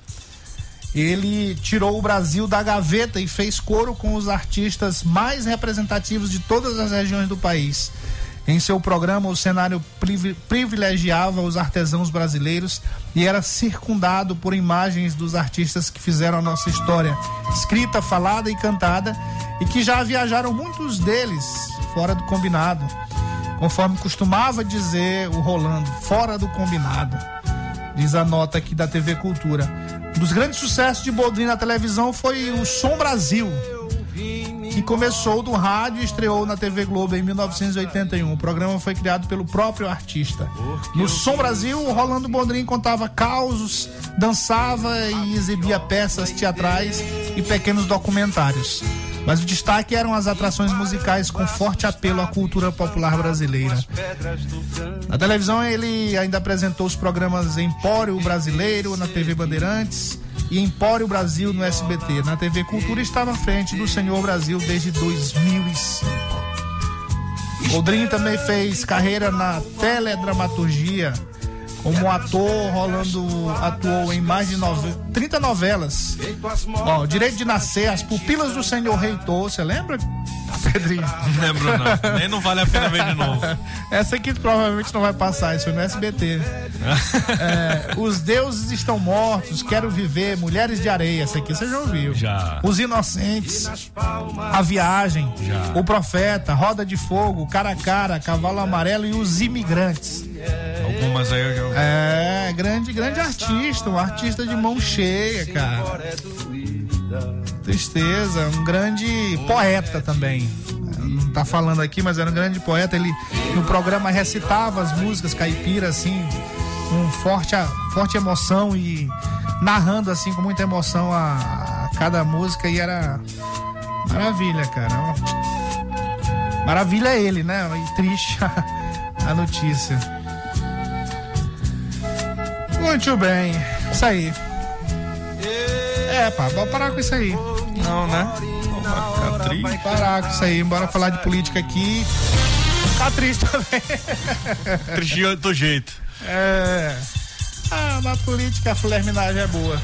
Speaker 2: Ele tirou o Brasil da gaveta e fez coro com os artistas mais representativos de todas as regiões do país. Em seu programa, o cenário privilegiava os artesãos brasileiros e era circundado por imagens dos artistas que fizeram a nossa história, escrita, falada e cantada, e que já viajaram muitos deles fora do combinado. Conforme costumava dizer o Rolando, fora do combinado, diz a nota aqui da T V Cultura. Um dos grandes sucessos de Boldrin na televisão foi o Som Brasil, que começou do rádio e estreou na T V Globo em mil novecentos e oitenta e um. O programa foi criado pelo próprio artista. No Som Brasil, o Rolando Boldrin contava causos, dançava e exibia peças teatrais e pequenos documentários. Mas o destaque eram as atrações musicais com forte apelo à cultura popular brasileira. Na televisão, ele ainda apresentou os programas Empório Brasileiro na T V Bandeirantes e Empório Brasil no S B T. Na T V Cultura estava à frente do Senhor Brasil desde dois mil e cinco. Boldrin também fez carreira na teledramaturgia. Como ator, Rolando atuou em mais de nove, trinta novelas. Ó, Direito de Nascer, As Pupilas do Senhor Reitor, você lembra, Pedrinho?
Speaker 6: Não lembro não, nem não vale a pena ver de novo.
Speaker 2: Essa aqui provavelmente não vai passar, isso foi no S B T. É, Os Deuses Estão Mortos, Quero Viver, Mulheres de Areia, essa aqui você já ouviu.
Speaker 6: Já.
Speaker 2: Os Inocentes, A Viagem,
Speaker 6: já.
Speaker 2: O Profeta, Roda de Fogo, Cara a Cara, Cavalo Amarelo e Os Imigrantes.
Speaker 6: Algumas aí eu já ouvi.
Speaker 2: É, grande, grande artista, um artista de mão cheia, cara. Tristeza, um grande poeta também. Não tá falando aqui, mas era um grande poeta. Ele no programa recitava as músicas caipiras assim, com forte, forte emoção e narrando assim com muita emoção a, a cada música, e era maravilha, cara. Maravilha é ele, né? E triste a, a notícia. Muito bem, isso aí. É, pá, vamos parar com isso aí.
Speaker 6: Não, né? Vamos
Speaker 2: triste. Parar com isso aí, bora falar de política aqui. Ficar triste também.
Speaker 6: Triste do jeito.
Speaker 2: É. Ah, na política a flerminagem é boa.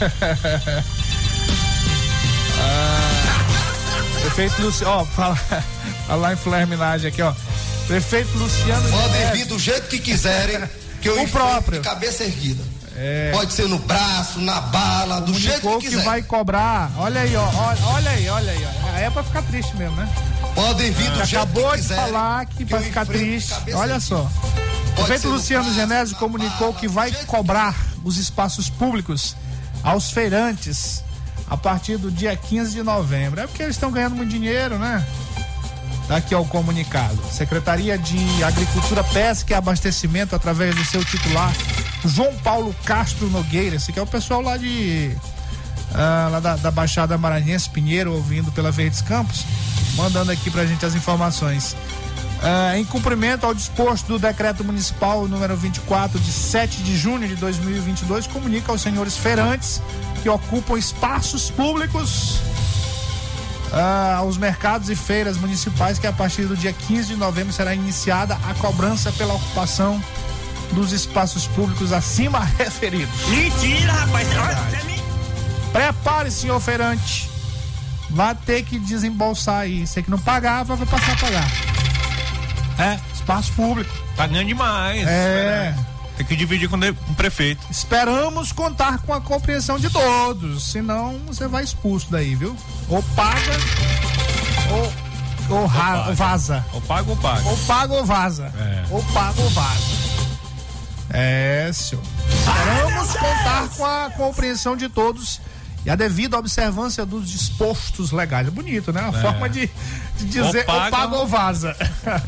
Speaker 2: ah, prefeito Luciano, ó, fala, falar em flerminagem aqui, ó. Prefeito Luciano.
Speaker 13: Podem vir do jeito que quiserem, que eu
Speaker 2: o próprio.
Speaker 13: De cabeça erguida.
Speaker 2: É.
Speaker 13: Pode ser no braço, na bala, do jeito que quiser.
Speaker 2: Que vai cobrar. Olha aí, ó. Olha, olha aí, olha aí. Ó. É pra ficar triste mesmo, né?
Speaker 13: Podem vir do
Speaker 2: ah,
Speaker 13: jeito
Speaker 2: acabou
Speaker 13: que
Speaker 2: de
Speaker 13: quiserem,
Speaker 2: falar que, que vai ficar triste. Olha só. O prefeito Luciano Genésio comunicou que vai cobrar os espaços públicos aos feirantes a partir do dia quinze de novembro. É porque eles estão ganhando muito dinheiro, né? Daqui ao comunicado. Secretaria de Agricultura, Pesca e Abastecimento, através do seu titular, João Paulo Castro Nogueira. Esse aqui é o pessoal lá de uh, lá da, da Baixada Maranhense, Pinheiro, ouvindo pela Verdes Campos, mandando aqui pra gente as informações. Uh, em cumprimento ao disposto do decreto municipal número vinte e quatro, de sete de junho de dois mil e vinte e dois, comunica aos senhores feirantes que ocupam espaços públicos uh, aos mercados e feiras municipais que a partir do dia quinze de novembro será iniciada a cobrança pela ocupação dos espaços públicos acima referidos.
Speaker 9: Mentira, rapaz!
Speaker 2: Prepare, senhor feirante. Vai ter que desembolsar aí. Você que não pagava, vai passar a pagar. É, espaço público.
Speaker 6: Tá ganhando demais.
Speaker 2: É.
Speaker 6: Né? Tem que dividir com o prefeito.
Speaker 2: Esperamos contar com a compreensão de todos. Senão você vai expulso daí, viu? Ou paga, ou, ou, ou, ra, ou vaza.
Speaker 6: Ou paga ou paga.
Speaker 2: Ou paga ou vaza.
Speaker 6: É.
Speaker 2: Ou paga ou vaza. É, senhor. Esperamos contar com a compreensão de todos e a devida observância dos dispostos legais. Bonito, né? Uma é. forma de, de dizer ou paga ou, paga ou vaza.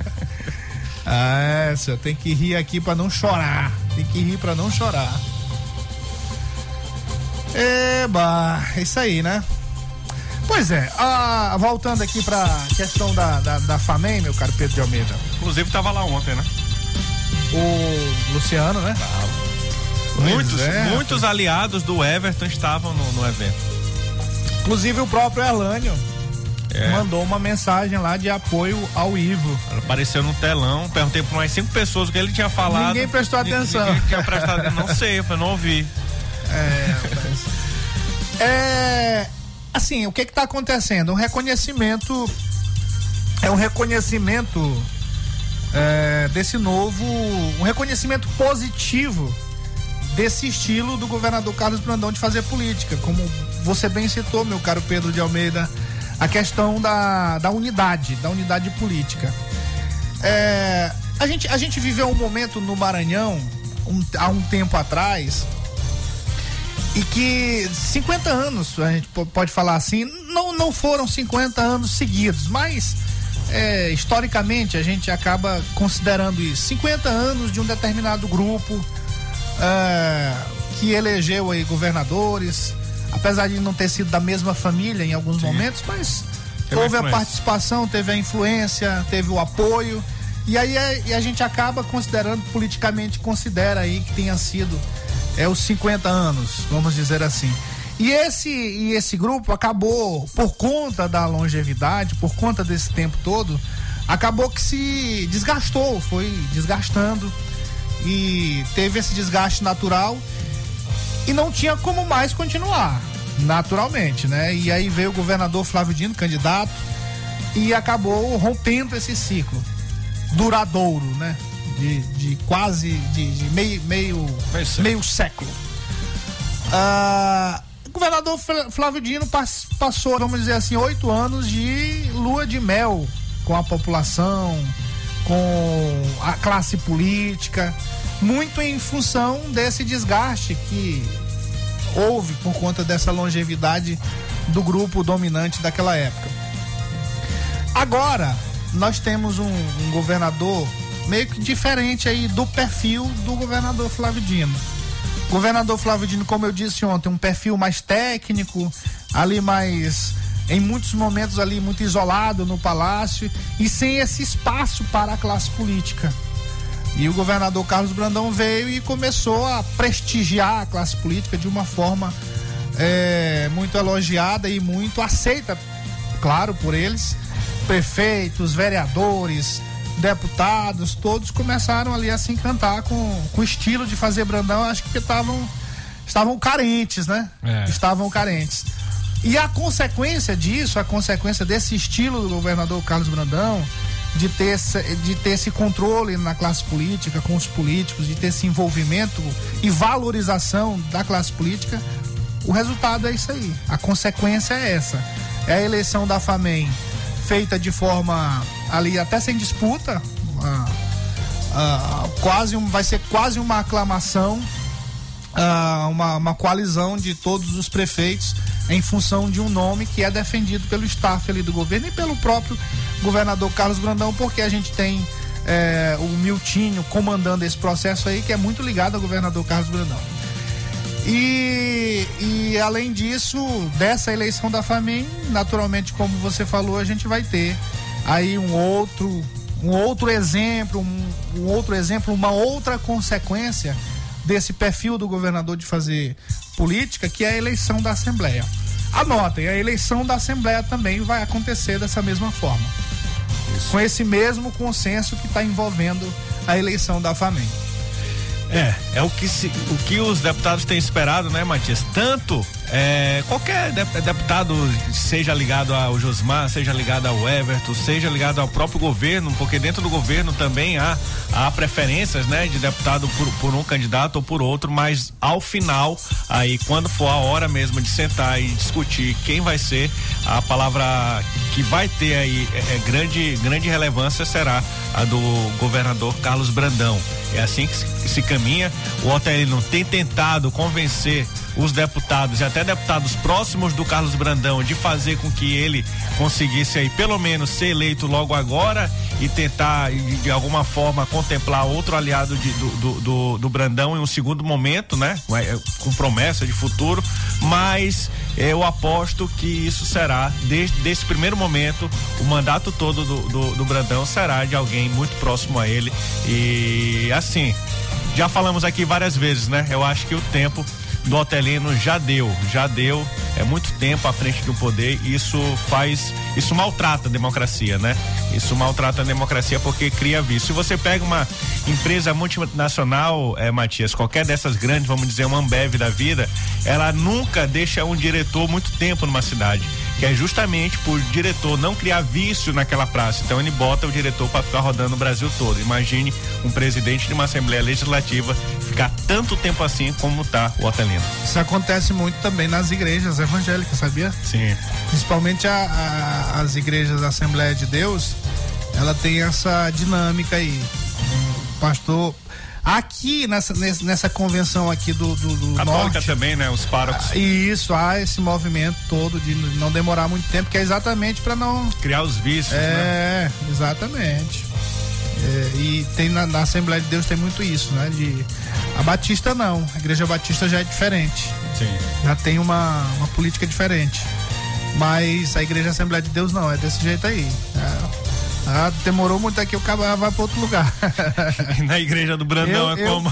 Speaker 2: É, senhor, tem que rir aqui pra não chorar. Tem que rir pra não chorar. Eba, é isso aí, né? Pois é, ah, voltando aqui pra questão da, da, da FAMEM, meu caro Pedro de Almeida.
Speaker 6: Inclusive tava lá ontem, né?
Speaker 2: O Luciano, né?
Speaker 6: Tava. Muitos, é. muitos aliados do Everton estavam no, no evento.
Speaker 2: Inclusive o próprio Erlânio
Speaker 6: é.
Speaker 2: mandou uma mensagem lá de apoio ao Ivo.
Speaker 6: Ela apareceu no telão, perguntei para mais cinco pessoas o que ele tinha falado.
Speaker 2: Ninguém prestou atenção.
Speaker 6: Ninguém tinha prestado atenção, não sei, eu não ouvi.
Speaker 2: É, mas... é, assim, o que que tá acontecendo? Um reconhecimento, é um reconhecimento é, desse novo, um reconhecimento positivo desse estilo do governador Carlos Brandão de fazer política, como você bem citou, meu caro Pedro de Almeida, a questão da, da unidade, da unidade política. É, a, gente, a gente viveu um momento no Maranhão, um, há um tempo atrás, e que cinquenta anos, a gente pode falar assim, não, não foram cinquenta anos seguidos, mas é, historicamente a gente acaba considerando isso, cinquenta anos de um determinado grupo é, que elegeu aí governadores, apesar de não ter sido da mesma família em alguns Sim. momentos, mas teve houve a, a participação, teve a influência, teve o apoio, e aí a, e a gente acaba considerando, politicamente considera aí que tenha sido é, os cinquenta anos, vamos dizer assim. E esse, e esse grupo acabou, por conta da longevidade, por conta desse tempo todo, acabou que se desgastou, foi desgastando e teve esse desgaste natural e não tinha como mais continuar, naturalmente, né? E aí veio o governador Flávio Dino, candidato, e acabou rompendo esse ciclo duradouro, né? De, de quase, de, de meio, meio, meio século. Ah, o governador Flávio Dino pass, passou, vamos dizer assim, oito anos de lua de mel com a população, com a classe política, muito em função desse desgaste que houve por conta dessa longevidade do grupo dominante daquela época. Agora, nós temos um, um governador meio que diferente aí do perfil do governador Flávio Dino. Governador Flávio Dino, como eu disse ontem, um perfil mais técnico, ali mais, em muitos momentos ali muito isolado no palácio e sem esse espaço para a classe política. E o governador Carlos Brandão veio e começou a prestigiar a classe política de uma forma é, muito elogiada e muito aceita, claro, por eles. Prefeitos, vereadores, deputados, todos começaram ali a se encantar com, com o estilo de fazer Brandão. Acho que estavam estavam carentes, né? É. Estavam carentes. E a consequência disso, a consequência desse estilo do governador Carlos Brandão, de ter, esse, de ter esse controle na classe política, com os políticos, de ter esse envolvimento e valorização da classe política, o resultado é isso aí. A consequência é essa. É a eleição da FAMEM feita de forma ali até sem disputa, ah, ah, quase um, vai ser quase uma aclamação, ah, uma, uma coalizão de todos os prefeitos em função de um nome que é defendido pelo staff ali do governo e pelo próprio governador Carlos Brandão, porque a gente tem é, o Miltinho comandando esse processo aí, que é muito ligado ao governador Carlos Brandão. E, e além disso, dessa eleição da FAMEM, naturalmente, como você falou, a gente vai ter aí um outro, um outro exemplo, um, um outro exemplo, uma outra consequência desse perfil do governador de fazer política, que é a eleição da Assembleia. Anotem, a eleição da Assembleia também vai acontecer dessa mesma forma. Isso. Com esse mesmo consenso que está envolvendo a eleição da FAMEM.
Speaker 6: É, é o que, se, o que os deputados têm esperado, né, Matias? Tanto é, qualquer deputado, seja ligado ao Josmar, seja ligado ao Everton, seja ligado ao próprio governo, porque dentro do governo também há, há preferências, né, de deputado por, por um candidato ou por outro, mas ao final, aí quando for a hora mesmo de sentar e discutir quem vai ser, a palavra que vai ter aí é, é grande, grande relevância será a do governador Carlos Brandão. É assim que se, que se caminha. O Otelino tem tentado convencer os deputados e até deputados próximos do Carlos Brandão de fazer com que ele conseguisse aí pelo menos ser eleito logo agora e tentar de alguma forma contemplar outro aliado de, do, do, do, do Brandão em um segundo momento, né? Com promessa de futuro, mas eu aposto que isso será desde desse primeiro momento, o mandato todo do, do, do Brandão será de alguém muito próximo a ele. E assim, já falamos aqui várias vezes, né? Eu acho que o tempo do Otelino já deu, já deu, é muito tempo à frente do poder, e isso faz, isso maltrata a democracia, né? Isso maltrata a democracia porque cria vício. Se você pega uma empresa multinacional, é, Matias, qualquer dessas grandes, vamos dizer, uma Ambev da vida, ela nunca deixa um diretor muito tempo numa cidade, que é justamente por diretor não criar vício naquela praça. Então ele bota o diretor para ficar rodando o Brasil todo. Imagine um presidente de uma Assembleia Legislativa ficar tanto tempo assim como tá o Otelino.
Speaker 2: Isso acontece muito também nas igrejas evangélicas, sabia?
Speaker 6: Sim.
Speaker 2: Principalmente a, a, as igrejas da Assembleia de Deus, ela tem essa dinâmica aí. O pastor aqui nessa, nessa convenção aqui do, do, do
Speaker 6: Católica
Speaker 2: norte,
Speaker 6: também, né? Os párocos.
Speaker 2: Isso, há esse movimento todo de não demorar muito tempo, que é exatamente para não
Speaker 6: criar os vícios,
Speaker 2: é,
Speaker 6: né?
Speaker 2: É, exatamente. É, e tem na, na Assembleia de Deus tem muito isso, né? De, a Batista não, a Igreja Batista já é diferente.
Speaker 6: Sim.
Speaker 2: Já tem uma, uma política diferente. Mas a Igreja Assembleia de Deus não, é desse jeito aí. É, ah, demorou muito aqui, o cara vai para outro lugar.
Speaker 6: E na igreja do Brandão eu, é eu... como?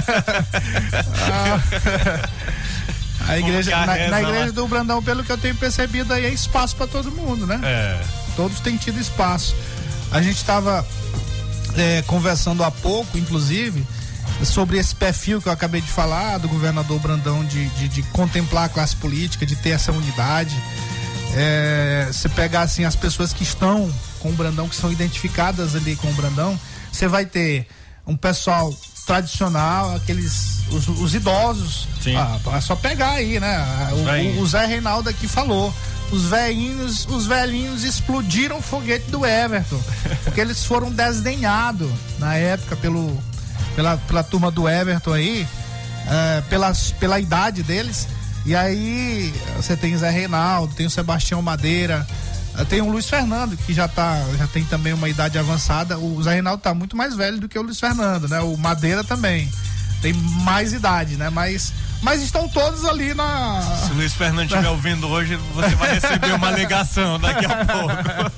Speaker 2: ah, a igreja,
Speaker 6: a
Speaker 2: na,
Speaker 6: reza,
Speaker 2: na igreja do Brandão, pelo que eu tenho percebido, aí é espaço para todo mundo, né?
Speaker 6: É.
Speaker 2: Todos têm tido espaço. A gente estava é, conversando há pouco, inclusive, sobre esse perfil que eu acabei de falar, do governador Brandão, de, de, de contemplar a classe política, de ter essa unidade. É, você pegar assim as pessoas que estão com o Brandão, que são identificadas ali com o Brandão, você vai ter um pessoal tradicional, aqueles os, os idosos.
Speaker 6: Sim.
Speaker 2: Ah, é só pegar aí, né? O, o, o Zé Reinaldo aqui falou, os velhinhos, os velhinhos explodiram o foguete do Everton, porque eles foram desdenhados na época pelo pela, pela turma do Everton aí, é, pelas, pela idade deles. E aí você tem Zé Reinaldo, tem o Sebastião Madeira, tem o Luiz Fernando, que já tá, já tem também uma idade avançada. O Zé Reinaldo tá muito mais velho do que o Luiz Fernando, né? O Madeira também tem mais idade, né? Mas, mas estão todos ali na...
Speaker 6: Se o Luiz Fernando estiver na... ouvindo hoje, você vai receber uma ligação daqui a pouco.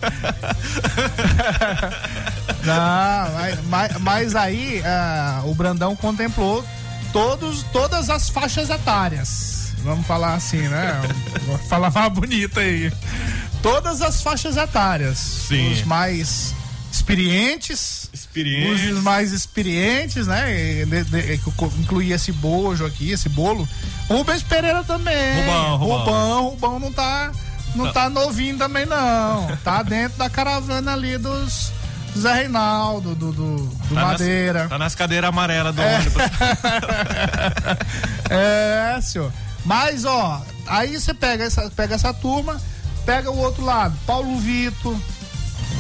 Speaker 2: Não, mas, mas aí uh, o Brandão contemplou todos, todas as faixas etárias. Vamos falar assim, né? Vou falar mais bonita aí. Todas as faixas etárias.
Speaker 6: Sim.
Speaker 2: Os mais experientes.
Speaker 6: Experientes.
Speaker 2: Os mais experientes, né? De, de, de, incluir esse bojo aqui, esse bolo. Rubens Pereira também.
Speaker 6: Rubão, Rubão.
Speaker 2: Rubão, Rubão não tá, não, não tá novinho também, não. Tá dentro da caravana ali dos Zé Reinaldo, do, do, do
Speaker 6: tá
Speaker 2: Madeira.
Speaker 6: Nas, tá nas cadeiras amarelas do
Speaker 2: é.
Speaker 6: ônibus.
Speaker 2: É, senhor. Mas, ó, aí você pega essa, pega essa turma, pega o outro lado, Paulo Vitor,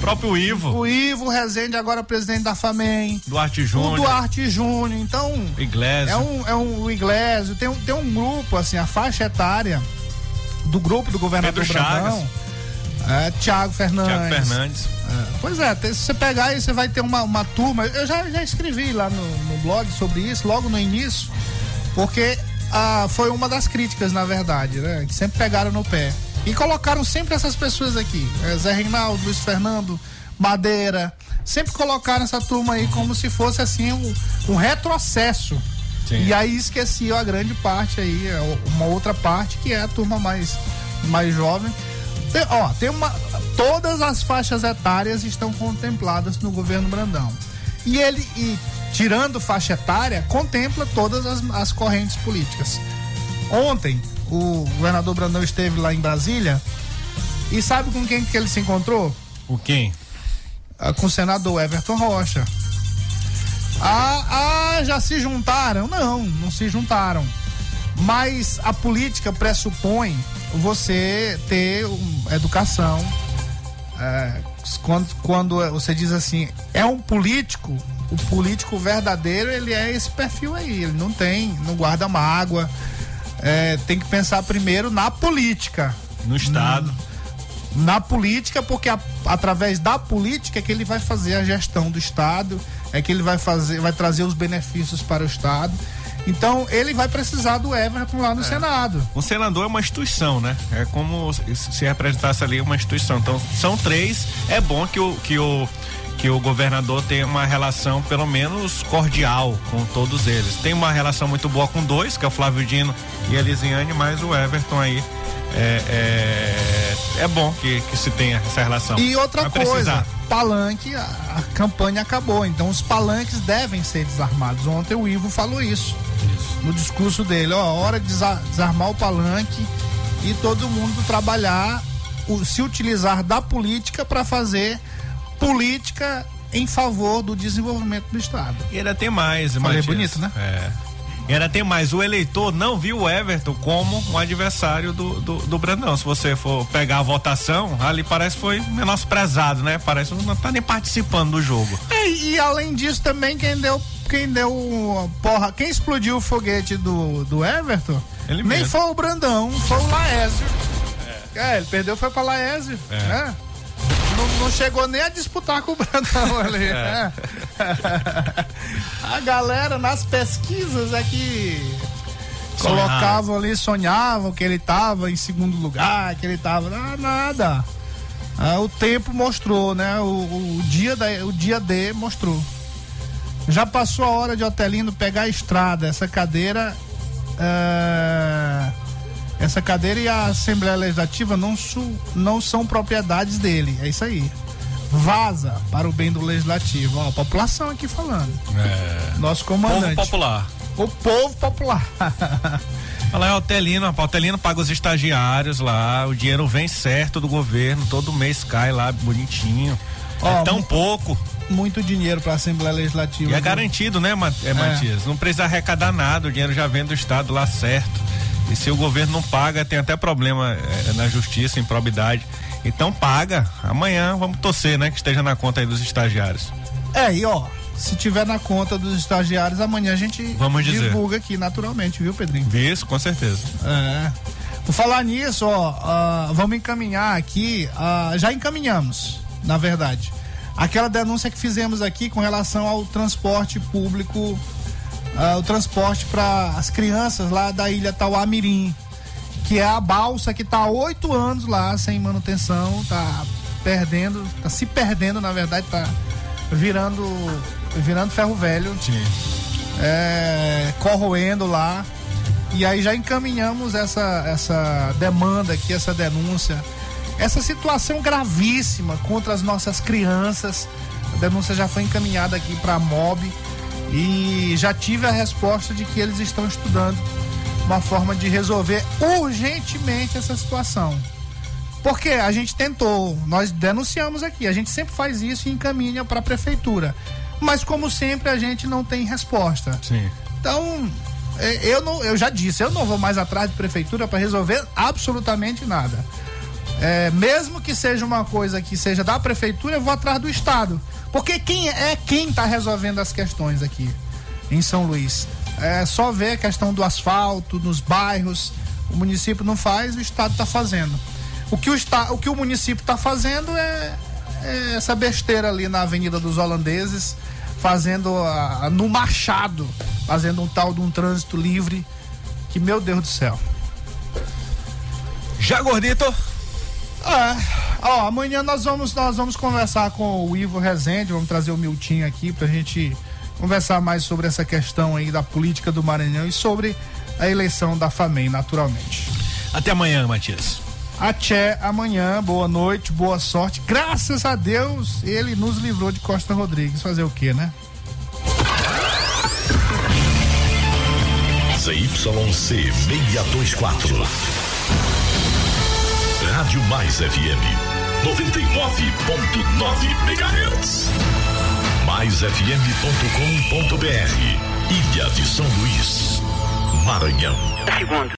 Speaker 6: próprio Ivo.
Speaker 2: O Ivo Rezende, agora presidente da FAMEM.
Speaker 6: Duarte Júnior.
Speaker 2: O Duarte Júnior. Então.
Speaker 6: Iglesias.
Speaker 2: É um, é um o Iglesias. Tem um, tem um grupo, assim, a faixa etária do grupo do governador
Speaker 6: Pedro
Speaker 2: Brandão. É, Thiago Fernandes.
Speaker 6: Thiago Fernandes.
Speaker 2: É, pois é, se você pegar aí, você vai ter uma, uma turma. Eu já, já escrevi lá no, no blog sobre isso, logo no início, porque ah, foi uma das críticas, na verdade, né? Que sempre pegaram no pé. E colocaram sempre essas pessoas aqui: é, Zé Reinaldo, Luiz Fernando, Madeira. Sempre colocaram essa turma aí como se fosse assim um, um retrocesso. Sim. E aí esqueciam a grande parte aí, uma outra parte que é a turma mais, mais jovem. Tem, ó, tem uma. Todas as faixas etárias estão contempladas no governo Brandão. E ele, e, tirando faixa etária, contempla todas as, as correntes políticas. Ontem, o governador Brandão esteve lá em Brasília e sabe com quem que ele se encontrou?
Speaker 6: O quem?
Speaker 2: Ah, com o senador Everton Rocha. Ah, ah, já se juntaram? Não, não se juntaram. Mas a política pressupõe você ter um, educação. É, quando, quando você diz assim, é um político, o político verdadeiro, ele é esse perfil aí, ele não tem, não guarda mágoa, é, tem que pensar primeiro na política.
Speaker 6: No Estado.
Speaker 2: Na, na política, porque a, através da política é que ele vai fazer a gestão do Estado, é que ele vai fazer, vai trazer os benefícios para o Estado. Então, ele vai precisar do Everton lá no é. Senado.
Speaker 6: O senador é uma instituição, né? É como se representasse ali uma instituição. Então, são três. É bom que o, que o, que o governador tenha uma relação, pelo menos, cordial com todos eles. Tem uma relação muito boa com dois, que é o Flávio Dino e a Elisiane, mas o Everton aí é, é, é bom que, que se tenha essa relação.
Speaker 2: E outra
Speaker 6: vai
Speaker 2: coisa,
Speaker 6: precisar.
Speaker 2: palanque, a, a campanha acabou, então os palanques devem ser desarmados. Ontem o Ivo falou isso. Isso. No discurso dele, ó, hora de desarmar o palanque e todo mundo trabalhar, o, se utilizar da política para fazer política em favor do desenvolvimento do Estado.
Speaker 6: E ainda tem mais,
Speaker 2: Falei
Speaker 6: Matias.
Speaker 2: bonito, né?
Speaker 6: É. E ainda tem mais, o eleitor não viu o Everton como um adversário do, do, do Brandão. Se você for pegar a votação, ali parece que foi menosprezado, né? Parece que não tá nem participando do jogo.
Speaker 2: É, e além disso também, quem deu quem deu porra, quem explodiu o foguete do, do Everton, ele nem mesmo. Foi o Brandão, foi o Laésio. É, é ele perdeu, foi pra Laésio, é. Né? Não, não chegou nem a disputar com o Brandão ali, é. Né? A galera nas pesquisas é que sonhava. Colocavam ali, sonhavam que ele tava em segundo lugar, que ele tava, ah, nada. Ah, o tempo mostrou, né? O, o, dia da, o dia D mostrou. Já passou a hora de Otelino pegar a estrada, essa cadeira é, essa cadeira e a Assembleia Legislativa não, su, não são propriedades dele, é isso aí. Vaza para o bem do Legislativo. Ó, a população aqui falando.
Speaker 6: É.
Speaker 2: Nosso comandante.
Speaker 6: Povo popular.
Speaker 2: O povo popular.
Speaker 6: Olha lá, Otelino, a Otelino paga os estagiários lá, o dinheiro vem certo do governo, todo mês cai lá bonitinho. Ó, é tão pouco.
Speaker 2: Muito dinheiro para a Assembleia Legislativa.
Speaker 6: E é garantido, né, Matias? É, Matias? Não precisa arrecadar nada, o dinheiro já vem do Estado lá certo. E se o governo não paga, tem até problema é, na justiça, improbidade. Então paga. Amanhã vamos torcer, né, que esteja na conta aí dos estagiários.
Speaker 2: É, e ó, se tiver na conta dos estagiários, amanhã a gente
Speaker 6: vamos
Speaker 2: divulga aqui naturalmente, viu, Pedrinho?
Speaker 6: Isso, com certeza.
Speaker 2: É. Por falar nisso, ó, uh, vamos encaminhar aqui, uh, já encaminhamos, na verdade, aquela denúncia que fizemos aqui com relação ao transporte público, uh, o transporte para as crianças lá da ilha Tauá-Mirim, que é a balsa que está há oito anos lá sem manutenção, tá perdendo, tá se perdendo, na verdade, tá virando, virando ferro velho.
Speaker 6: Sim.
Speaker 2: É, corroendo lá. E aí já encaminhamos essa, essa demanda aqui, essa denúncia, essa situação gravíssima contra as nossas crianças. A denúncia já foi encaminhada aqui para a MOB e já tive a resposta de que eles estão estudando uma forma de resolver urgentemente essa situação. Porque a gente tentou, nós denunciamos aqui, a gente sempre faz isso e encaminha para a prefeitura. Mas como sempre a gente não tem resposta.
Speaker 6: Sim.
Speaker 2: Então, eu, não, eu já disse, eu não vou mais atrás de prefeitura para resolver absolutamente nada. É, mesmo que seja uma coisa que seja da prefeitura, eu vou atrás do Estado. Porque quem é quem está resolvendo as questões aqui em São Luís? É só ver a questão do asfalto nos bairros. O município não faz, o Estado está fazendo. O que o, está, o que o município está fazendo é, é essa besteira ali na Avenida dos Holandeses, fazendo a, a, no Machado, fazendo um tal de um trânsito livre, que meu Deus do céu.
Speaker 17: Já, Gordito?
Speaker 2: É, ó, amanhã nós vamos, nós vamos conversar com o Ivo Rezende, vamos trazer o Miltinho aqui pra gente conversar mais sobre essa questão aí da política do Maranhão e sobre a eleição da FAMEM, naturalmente.
Speaker 17: Até amanhã, Matias.
Speaker 2: Até amanhã, boa noite, boa sorte. Graças a Deus, ele nos livrou de Costa Rodrigues. Fazer o quê, né?
Speaker 1: Z Y C seiscentos e vinte e quatro. Rádio Mais F M noventa e nove ponto nove megahertz. mais f m ponto com ponto b r. Ilha de São Luís, Maranhão.
Speaker 9: Segundo.